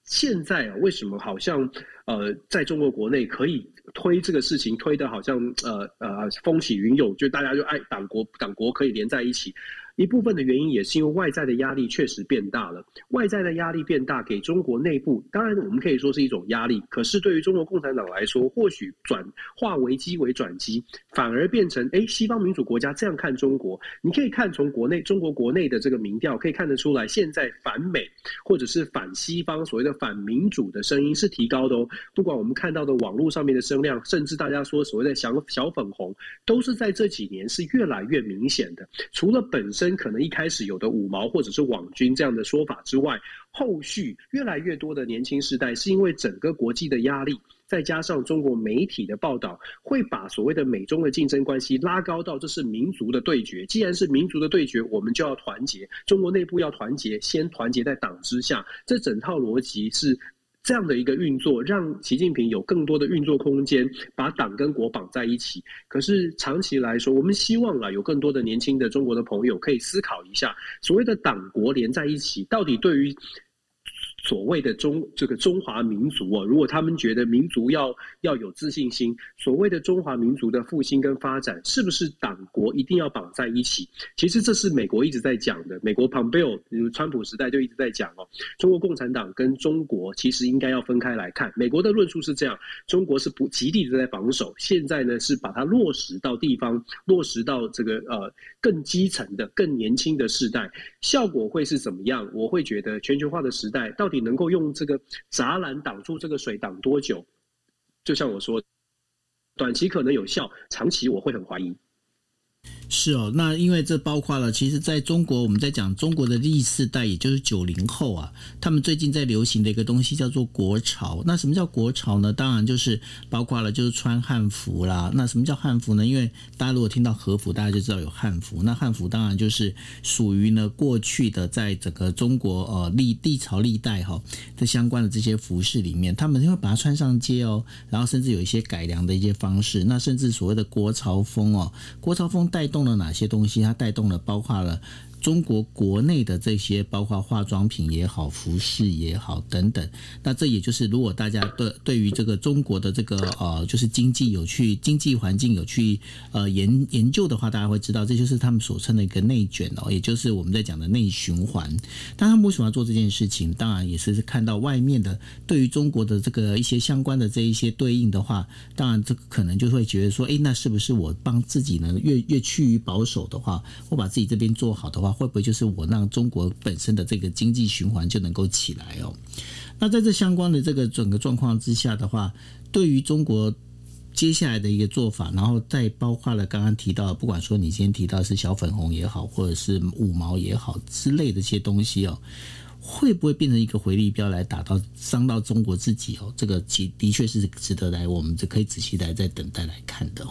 现在为什么好像在中国国内可以推这个事情推得好像风起云涌，就大家就爱党国可以连在一起。一部分的原因也是因为外在的压力确实变大了，外在的压力变大，给中国内部，当然我们可以说是一种压力，可是对于中国共产党来说，或许转化危机为转机，反而变成西方民主国家这样看中国。你可以看从中国国内的这个民调可以看得出来，现在反美或者是反西方所谓的反民主的声音是提高的哦。不管我们看到的网络上面的声量，甚至大家说所谓的小粉红，都是在这几年是越来越明显的。除了本身可能一开始有的五毛或者是网军这样的说法之外，后续越来越多的年轻世代是因为整个国际的压力，再加上中国媒体的报道，会把所谓的美中的竞争关系拉高到这是民族的对决。既然是民族的对决，我们就要团结，中国内部要团结，先团结在党之下。这整套逻辑是这样的一个运作，让习近平有更多的运作空间，把党跟国绑在一起。可是长期来说，我们希望有更多的年轻的中国的朋友可以思考一下，所谓的党国连在一起，到底对于所谓的这个中华民族如果他们觉得民族要有自信心，所谓的中华民族的复兴跟发展，是不是党国一定要绑在一起？其实这是美国一直在讲的，美国 Pompeo 川普时代就一直在讲中国共产党跟中国其实应该要分开来看。美国的论述是这样，中国是不极力的在防守，现在呢是把它落实到地方，落实到这个更基层的更年轻的世代，效果会是怎么样？我会觉得全球化的时代到底能够用这个栅栏挡住这个水挡多久？就像我说，短期可能有效，长期我会很怀疑。 是哦，那因为这包括了，其实在中国我们在讲中国的第四代，也就是90后啊，他们最近在流行的一个东西叫做国潮。那什么叫国潮呢？当然就是包括了就是穿汉服啦。那什么叫汉服呢？因为大家如果听到和服，大家就知道有汉服。那汉服当然就是属于呢过去的在整个中国历朝历代的相关的这些服饰里面，他们就会把它穿上街然后甚至有一些改良的一些方式。那甚至所谓的国潮风国潮风带动了哪些东西？它带动了包括了中国国内的这些包括化妆品也好，服饰也好等等。那这也就是如果大家对于这个中国的这个就是经济环境有去研究的话，大家会知道这就是他们所称的一个内卷也就是我们在讲的内循环。但他们为什么要做这件事情？当然也是看到外面的对于中国的这个一些相关的这一些对应的话，当然这个可能就会觉得说那是不是我帮自己呢越趋于保守的话，我把自己这边做好的话，会不会就是我让中国本身的这个经济循环就能够起来那在这相关的这个整个状况之下的话，对于中国接下来的一个做法，然后再包括了刚刚提到的，不管说你今天提到是小粉红也好，或者是五毛也好之类的这些东西会不会变成一个回力镖来伤到中国自己这个的确是值得来我们可以仔细来再等待来看的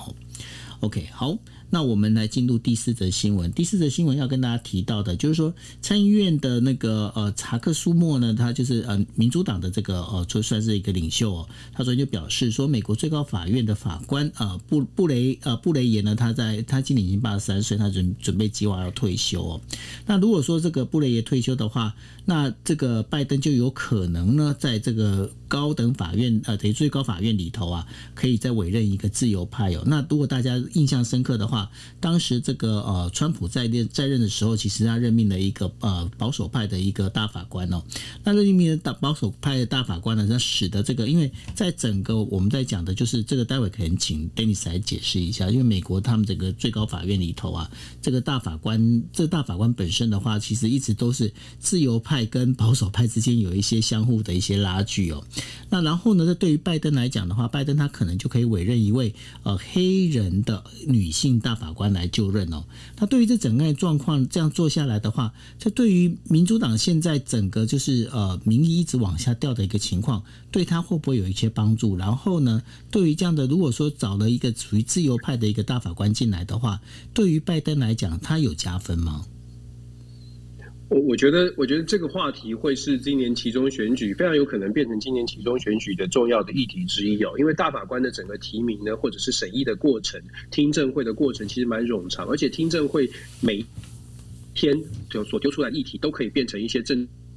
OK， 好，那我们来进入第四则新闻。第四则新闻要跟大家提到的就是说，参议院的那个查克舒默呢，他就是民主党的这个就算是一个领袖他昨天就表示说，美国最高法院的法官布雷耶呢，他今年已经83岁，他准备计划要退休那如果说这个布雷耶退休的话，那这个拜登就有可能呢，在这个高等法院等于最高法院里头可以再委任一个自由派那如果大家印象深刻的话，当时这个川普在任的时候，其实他任命了一个保守派的一个大法官那任命的保守派的大法官呢，那使得这个因为在整个我们在讲的就是这个，待会可能请 Dennis 来解释一下，因为美国他们整个最高法院里头这个大法官本身的话，其实一直都是自由派跟保守派之间有一些相互的一些拉锯那然后呢，对于拜登来讲的话，拜登他可能就可以委任一位黑人的女性大法官来就任那对于这整个状况这样做下来的话，这对于民主党现在整个就是民意一直往下掉的一个情况，对他会不会有一些帮助？然后呢，对于这样的如果说找了一个属于自由派的一个大法官进来的话，对于拜登来讲，他有加分吗？ 我觉得这个话题会是今年期中选举非常有可能变成今年期中选举的重要的议题之一因为大法官的整个提名呢，或者是审议的过程、听证会的过程其实蛮冗长，而且听证会每天所丢出来的议题都可以变成一些政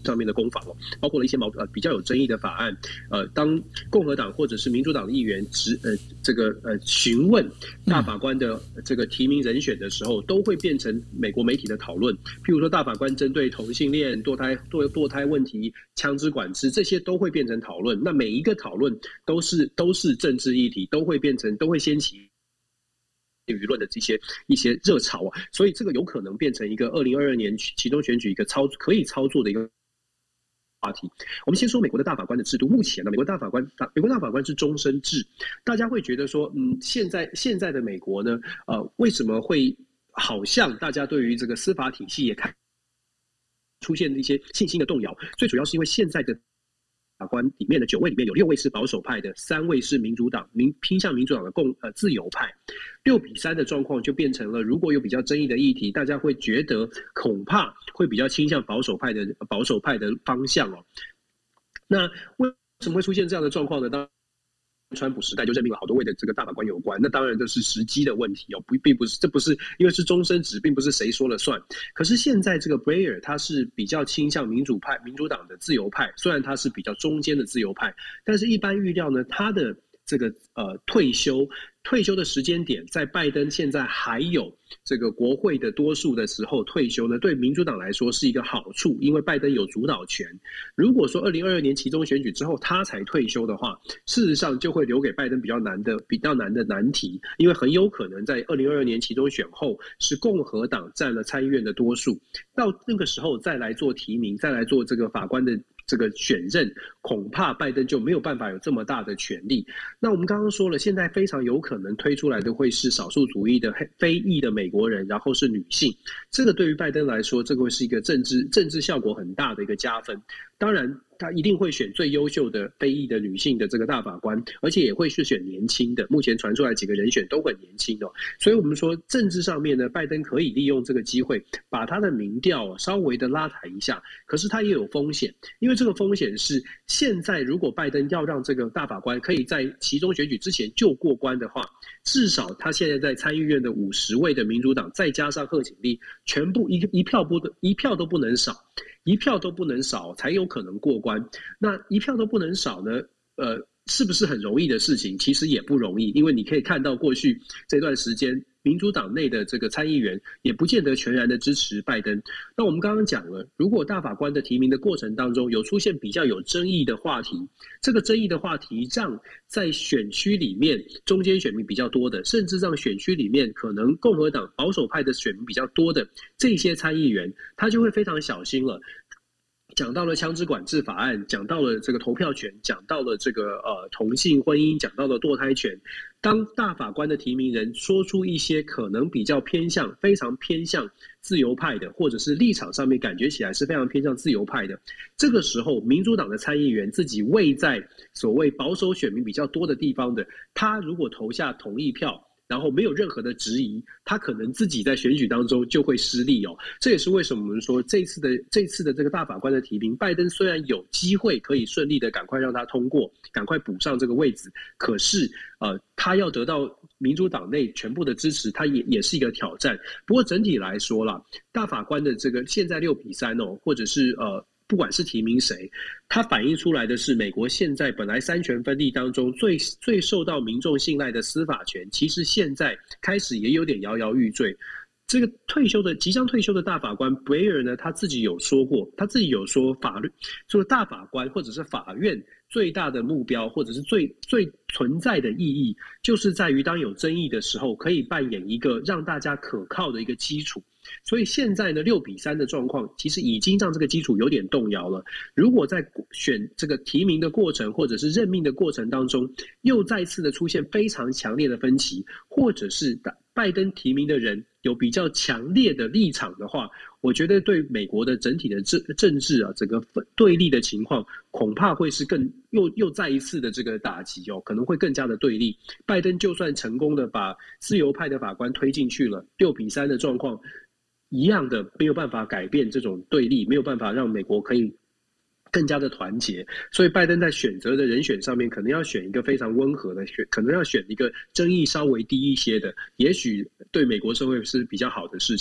上面的攻防包括了一些比较有争议的法案，当共和党或者是民主党的议员询问大法官的这个提名人选的时候，都会变成美国媒体的讨论。譬如说，大法官针对同性恋、堕胎问题、枪支管制，这些都会变成讨论。那每一个讨论都是政治议题，都会掀起舆论的一些热潮啊，所以这个有可能变成一个2022年期中选举一个可以操作的一个话题。我们先说美国的大法官的制度。目前呢，美国大法官是终身制。大家会觉得说，现在的美国呢，为什么会好像大家对于这个司法体系也出现一些信心的动摇？最主要是因为现在的法官里面的9位里面有6位是保守派的，3位是民主党偏向民主党的自由派。6-3的状况就变成了，如果有比较争议的议题，大家会觉得恐怕会比较倾向保守派的方向哦。那为什么会出现这样的状况呢？当然川普时代就任命了好多位的这个大法官有关，那当然这是时机的问题哦，这不是因为是终身制，并不是谁说了算。可是现在这个 Breyer 他是比较倾向民主党的自由派，虽然他是比较中间的自由派，但是一般预料呢，他的这个退休的时间点，在拜登现在还有这个国会的多数的时候退休呢，对民主党来说是一个好处，因为拜登有主导权。如果说2022年期中选举之后他才退休的话，事实上就会留给拜登比较难的难题，因为很有可能在2022年期中选后是共和党占了参议院的多数，到那个时候再来做提名，再来做这个法官的这个选任，恐怕拜登就没有办法有这么大的权力。那我们刚刚说了，现在非常有可能推出来的会是少数族裔的非裔的美国人，然后是女性，这个对于拜登来说，这个会是一个政治效果很大的一个加分。当然他一定会选最优秀的非裔的女性的这个大法官，而且也会是选年轻的，目前传出来几个人选都很年轻的所以我们说政治上面呢，拜登可以利用这个机会把他的民调稍微的拉抬一下。可是他也有风险，因为这个风险是现在如果拜登要让这个大法官可以在期中选举之前就过关的话，至少他现在在参议院的50位的民主党再加上贺锦丽，全部一票都不能少，一票都不能少才有可能过关。那一票都不能少呢？是不是很容易的事情？其实也不容易，因为你可以看到过去这段时间，民主党内的这个参议员也不见得全然的支持拜登。那我们刚刚讲了，如果大法官的提名的过程当中有出现比较有争议的话题，这个争议的话题让在选区里面中间选民比较多的，甚至让选区里面可能共和党保守派的选民比较多的这些参议员，他就会非常小心了。讲到了枪支管制法案，讲到了这个投票权，讲到了这个同性婚姻，讲到了堕胎权。当大法官的提名人说出一些可能比较非常偏向自由派的，或者是立场上面感觉起来是非常偏向自由派的，这个时候民主党的参议员自己位在所谓保守选民比较多的地方的，他如果投下同意票，然后没有任何的质疑，他可能自己在选举当中就会失利哦。这也是为什么我们说这次的这个大法官的提名，拜登虽然有机会可以顺利的赶快让他通过，赶快补上这个位置，可是他要得到民主党内全部的支持，他也是一个挑战。不过整体来说啦，大法官的这个现在6-3哦，或者是不管是提名谁，它反映出来的是美国现在本来三权分立当中最受到民众信赖的司法权，其实现在开始也有点摇摇欲坠。这个即将退休的大法官 Breyer 呢，他自己有说过，就是大法官或者是法院最大的目标，或者是最存在的意义，就是在于当有争议的时候，可以扮演一个让大家可靠的一个基础。所以现在呢，6-3的状况其实已经让这个基础有点动摇了。如果在选这个提名的过程或者是任命的过程当中，又再次的出现非常强烈的分歧，或者是拜登提名的人有比较强烈的立场的话，我觉得对美国的整体的政治啊，整个对立的情况，恐怕会是又再一次的这个打击哦，可能会更加的对立。拜登就算成功的把自由派的法官推进去了，6-3的状况一样的没有办法改变这种对立，没有办法让美国可以更加的团结。所以拜登在选择的人选上面，可能要选一个非常温和的，可能要选一个争议稍微低一些的，也许对美国社会是比较好的事情。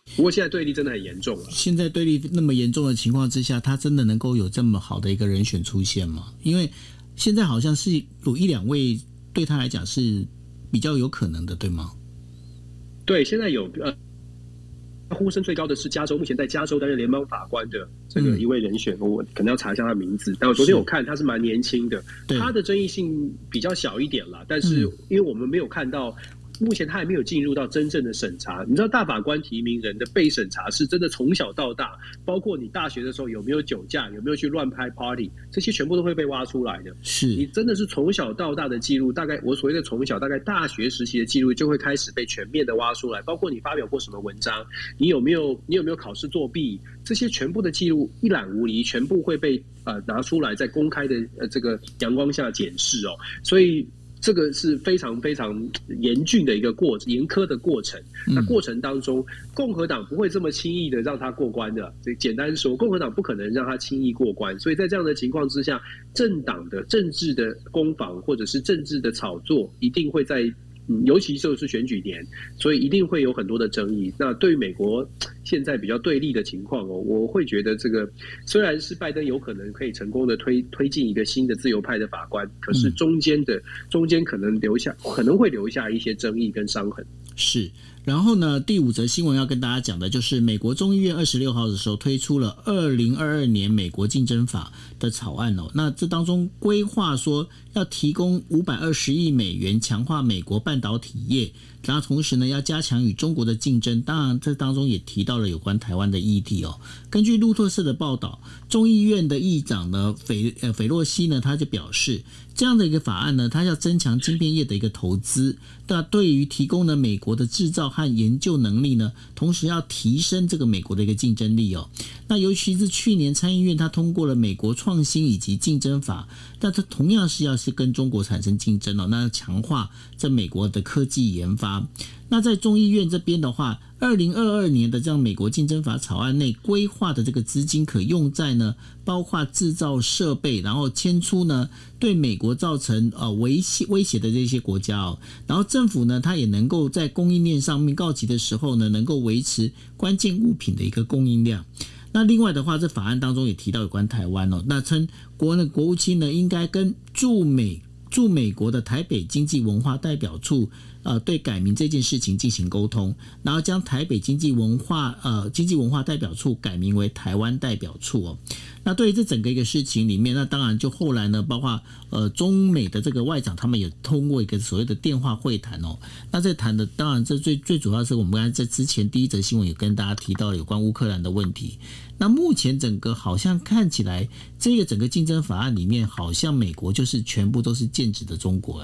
不过现在对立真的很严重了。 现在对立那么严重的情况之下，他真的能够有这么好的一个人选出现吗？因为现在好像是有一两位对他来讲是比较有可能的，对吗？ 对，现在有呼声最高的是加州，目前在加州担任联邦法官的这个一位人选，我可能要查一下他的名字。但我昨天有看，他是蛮年轻的，他的争议性比较小一点啦。但是因为我们没有看到。目前他还没有进入到真正的审查，你知道大法官提名人的被审查是真的从小到大，包括你大学的时候有没有酒驾，有没有去乱拍 party， 这些全部都会被挖出来的。 是你真的是从小到大的记录，大概我所谓的从小，大概大学时期的记录就会开始被全面的挖出来，包括你发表过什么文章，你有没有考试作弊，这些全部的记录一览无遗，全部会被拿出来在公开的这个阳光下检视哦，所以。这个是非常非常严峻的一个严苛的过程。那过程当中，共和党不会这么轻易的让他过关的。所以简单说，共和党不可能让他轻易过关。所以在这样的情况之下，政党的政治的攻防或者是政治的炒作，一定会在。尤其就是选举年，所以一定会有很多的争议。那对于美国现在比较对立的情况哦，我会觉得这个虽然是拜登有可能可以成功的推进一个新的自由派的法官，可是中间可能会留下一些争议跟伤痕。 是。然后呢，第5则新闻要跟大家讲的就是美国众议院26号的时候推出了2022年美国竞争法的草案哦。那这当中规划说要提供520亿美元强化美国半导体业，然后同时呢要加强与中国的竞争。当然这当中也提到了有关台湾的议题哦。根据路透社的报道，众议院的议长呢斐洛西呢他就表示，这样的一个法案呢，它要增强晶片业的一个投资，那对于提供呢美国的制造和研究能力呢，同时要提升这个美国的一个竞争力哦。那尤其是去年参议院它通过了美国创新以及竞争法，那它同样是要跟中国产生竞争哦，那强化这美国的科技研发。那在众议院这边的话，2022年的这样美国竞争法草案内规划的这个资金可用在呢，包括制造设备，然后迁出呢对美国造成威胁的这些国家哦，然后政府呢它也能够在供应链上面告急的时候呢，能够维持关键物品的一个供应量。那另外的话，这法案当中也提到有关台湾哦，那称国务卿呢应该跟驻美国的台北经济文化代表处对改名这件事情进行沟通，然后将台北经济文化代表处改名为台湾代表处哦。那对于这整个一个事情里面，那当然就后来呢，包括中美的这个外长他们也通过一个所谓的电话会谈哦。那这谈的当然这最主要是我们刚才在之前第1则新闻也跟大家提到有关乌克兰的问题。那目前整个好像看起来这个整个竞争法案里面，好像美国就是全部都是剑指的中国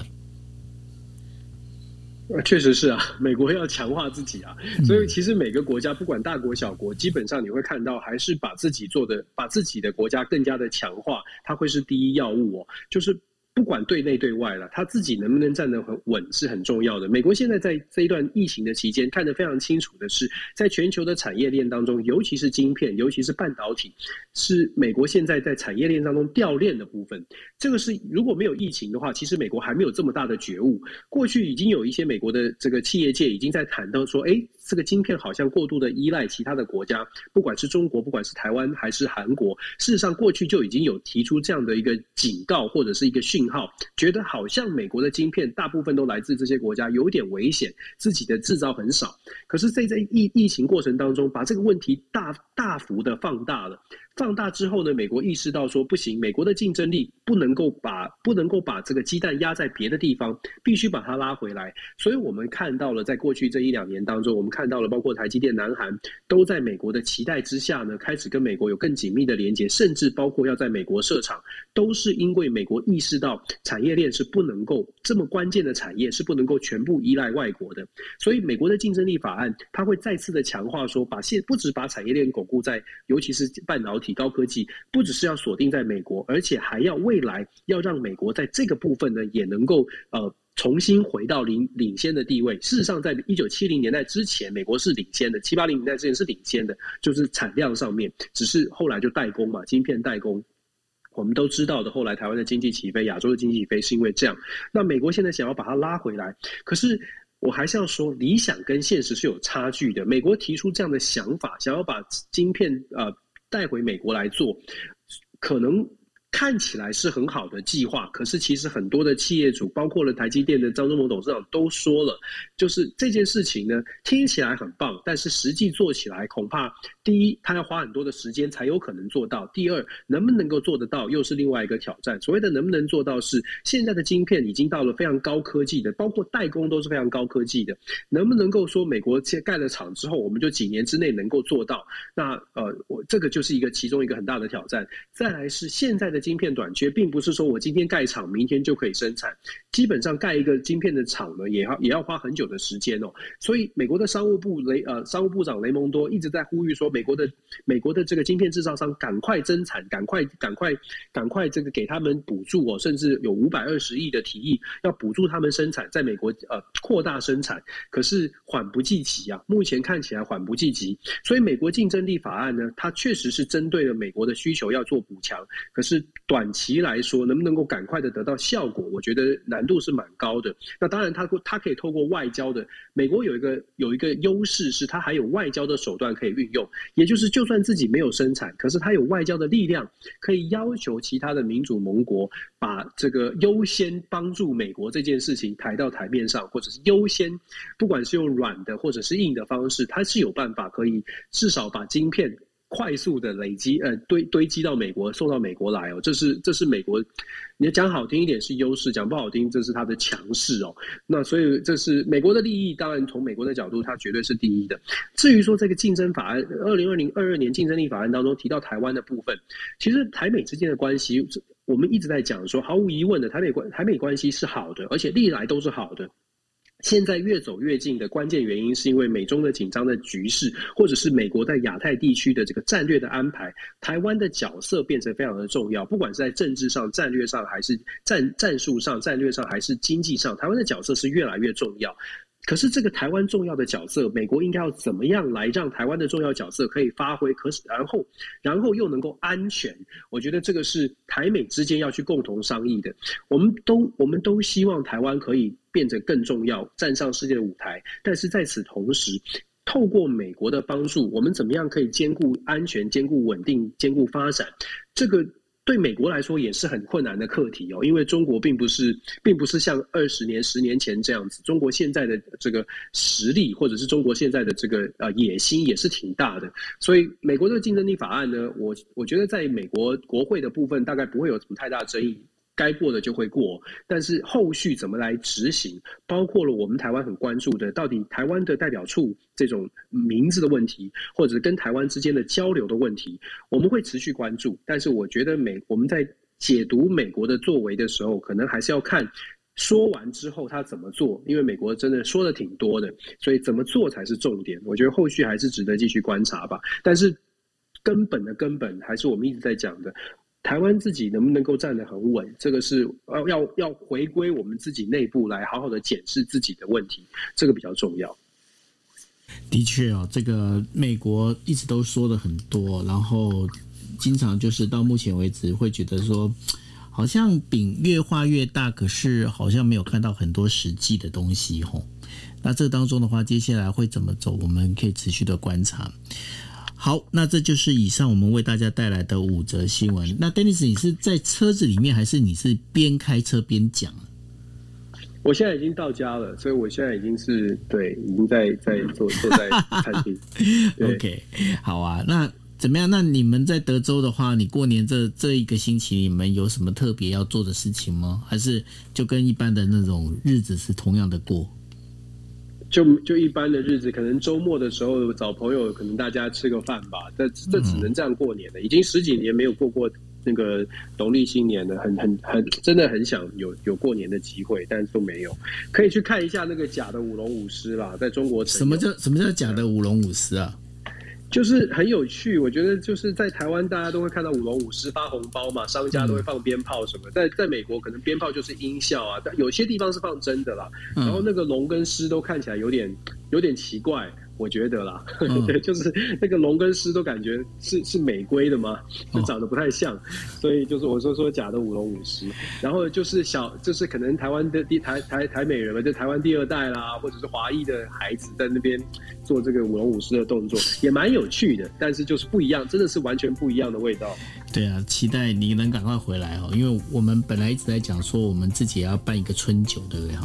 确实是啊，美国要强化自己啊，所以其实每个国家不管大国小国，基本上你会看到还是把自己的国家更加的强化，它会是第一要务哦，就是不管对内对外了，他自己能不能站得很稳是很重要的。美国现在在这一段疫情的期间，看得非常清楚的是，在全球的产业链当中，尤其是晶片，尤其是半导体，是美国现在在产业链当中掉链的部分。这个是如果没有疫情的话，其实美国还没有这么大的觉悟。过去已经有一些美国的这个企业界已经在谈到说，这个晶片好像过度的依赖其他的国家，不管是中国，不管是台湾还是韩国，事实上过去就已经有提出这样的一个警告或者是一个讯号，觉得好像美国的晶片大部分都来自这些国家，有点危险，自己的制造很少。可是在疫情过程当中，把这个问题大幅的放大了。放大之后呢，美国意识到说不行，美国的竞争力不能够把这个鸡蛋压在别的地方，必须把它拉回来。所以我们看到了，在过去这1-2年当中，我们看到了包括台积电、南韩都在美国的期待之下呢，开始跟美国有更紧密的连结，甚至包括要在美国设厂，都是因为美国意识到产业链是不能够这么关键的产业是不能够全部依赖外国的。所以美国的竞争力法案，它会再次的强化说，不只把产业链巩固在，尤其是半导体、高科技，不只是要锁定在美国，而且还要未来要让美国在这个部分呢，也能够重新回到领先的地位。事实上，在1970年代之前，美国是领先的，70、80年代之前是领先的，就是产量上面，只是后来就代工嘛，晶片代工。我们都知道的，后来台湾的经济起飞，亚洲的经济起飞是因为这样。那美国现在想要把它拉回来，可是我还是要说，理想跟现实是有差距的。美国提出这样的想法，想要把晶片带回美国来做，可能看起来是很好的计划，可是其实很多的企业主，包括了台积电的张忠谋董事长都说了，就是这件事情呢，听起来很棒，但是实际做起来恐怕第一，他要花很多的时间才有可能做到；第二，能不能够做得到，又是另外一个挑战。所谓的能不能做到是，现在的晶片已经到了非常高科技的，包括代工都是非常高科技的，能不能够说美国盖了厂之后，我们就几年之内能够做到？那这个就是其中一个很大的挑战。再来是现在的晶片短缺，并不是说我今天盖厂，明天就可以生产。基本上盖一个晶片的厂呢，也要花很久的时间哦。所以美国的商务部长雷蒙多一直在呼吁说，美国的这个晶片制造商赶快增产，赶快这个给他们补助哦，甚至有520亿的提议要补助他们生产，在美国扩大生产。可是缓不济急啊，目前看起来缓不济急。所以美国竞争力法案呢，它确实是针对了美国的需求要做补强，可是短期来说，能不能够赶快的得到效果，我觉得难度是蛮高的。那当然它可以透过外交的，美国有一个优势是它还有外交的手段可以运用，也就是就算自己没有生产，可是它有外交的力量，可以要求其他的民主盟国把这个优先帮助美国这件事情抬到台面上，或者是优先，不管是用软的或者是硬的方式，它是有办法可以至少把晶片快速的累积堆积到美国，送到美国来哦。这是美国，你讲好听一点是优势，讲不好听这是它的强势哦。那所以这是美国的利益，当然从美国的角度，它绝对是第一的。至于说这个竞争法案，2022年竞争力法案当中提到台湾的部分，其实台美之间的关系，我们一直在讲说，毫无疑问的台美关系是好的，而且历来都是好的。现在越走越近的关键原因，是因为美中的紧张的局势，或者是美国在亚太地区的这个战略的安排，台湾的角色变成非常的重要。不管是在政治上、战略上，还是战术上、战略上，还是经济上，台湾的角色是越来越重要。可是这个台湾重要的角色，美国应该要怎么样来让台湾的重要角色可以发挥，然后又能够安全？我觉得这个是台美之间要去共同商议的。我们都希望台湾可以变得更重要，站上世界的舞台。但是在此同时，透过美国的帮助，我们怎么样可以兼顾安全、兼顾稳定、兼顾发展？这个对美国来说也是很困难的课题哦，因为中国并不是像10年前这样子，中国现在的这个实力，或者是中国现在的这个野心也是挺大的。所以美国的竞争力法案呢，我觉得在美国国会的部分大概不会有什么太大争议。该过的就会过，但是后续怎么来执行，包括了我们台湾很关注的，到底台湾的代表处这种名字的问题，或者跟台湾之间的交流的问题，我们会持续关注。但是我觉得我们在解读美国的作为的时候，可能还是要看说完之后他怎么做，因为美国真的说的挺多的，所以怎么做才是重点。我觉得后续还是值得继续观察吧。但是根本还是我们一直在讲的。台湾自己能不能够站得很稳，这个是要回归我们自己内部来好好的检视自己的问题，这个比较重要。 的确哦，这个美国一直都说的很多，然后经常就是到目前为止会觉得说，好像饼越画越大，可是好像没有看到很多实际的东西吼。那这当中的话，接下来会怎么走，我们可以持续的观察。好，那这就是以上我们为大家带来的5则新闻。那 Dennis， 你是在车子里面，还是你是边开车边讲？ 我现在已经到家了，所以我现在已经在坐在餐厅。 OK， 好啊。那怎么样？那你们在德州的话，你过年这一个星期，你们有什么特别要做的事情吗？还是就跟一般的那种日子是同样的过？ 就一般的日子，可能周末的时候找朋友，可能大家吃个饭吧。这只能这样过年了，已经10几年没有过那个农历新年了，真的很想有过年的机会，但是都没有。可以去看一下那个假的舞龙舞狮啦，在中国什么叫假的舞龙舞狮啊？ 就是很有趣，我觉得就是在台湾大家都会看到舞龙舞狮发红包嘛，商家都会放鞭炮什么。在美国可能鞭炮就是音效啊，有些地方是放真的啦。然后那个龙跟狮都看起来有点奇怪， 我觉得啦，对，就是那个龙跟狮都感觉是美龟的嘛，就长得不太像，所以就是我说假的舞龙舞狮。然后就是就是可能台湾的台美人们，就台湾第二代啦，或者是华裔的孩子在那边做这个舞龙舞狮的动作，也蛮有趣的，但是就是不一样，真的是完全不一样的味道。 对啊，期待你能赶快回来因为我们本来一直在讲说我们自己也要办一个春酒，对不对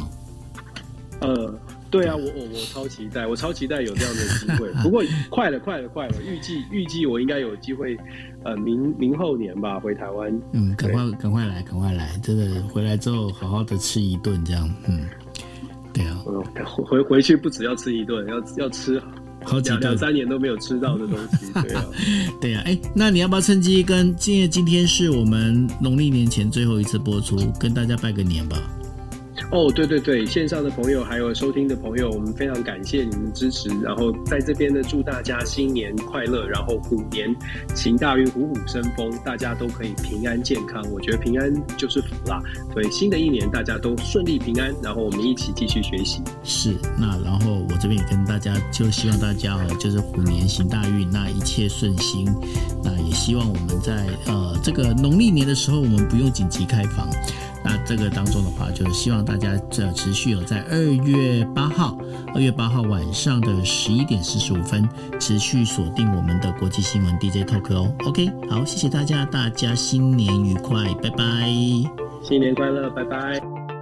对啊，我超期待有这样的机会。不过快了，预计我应该有机会，明后年吧回台湾。 赶快来，这个回来之后好好的吃一顿这样。对啊， 回去不只要吃一顿，要吃好几顿 2-3年都没有吃到的东西。对啊， 对啊，那你要不要趁机跟今天是我们农历年前最后一次播出，跟大家拜个年吧。 对，线上的朋友还有收听的朋友，我们非常感谢你们支持。然后在这边呢，祝大家新年快乐，然后虎年行大运，虎虎生风，大家都可以平安健康。我觉得平安就是福啦，所以新的一年大家都顺利平安，然后我们一起继续学习。 是，那然后我这边也跟大家就希望大家就是虎年行大运，那一切顺心。那也希望我们在这个农历年的时候，我们不用紧急开房。那这个当中的话，就是希望大家持续在2月8号晚上的11点45分持续锁定我们的国际新闻 DJ Talk OK， 好，谢谢大家，大家新年愉快，拜拜。 新年快乐，拜拜。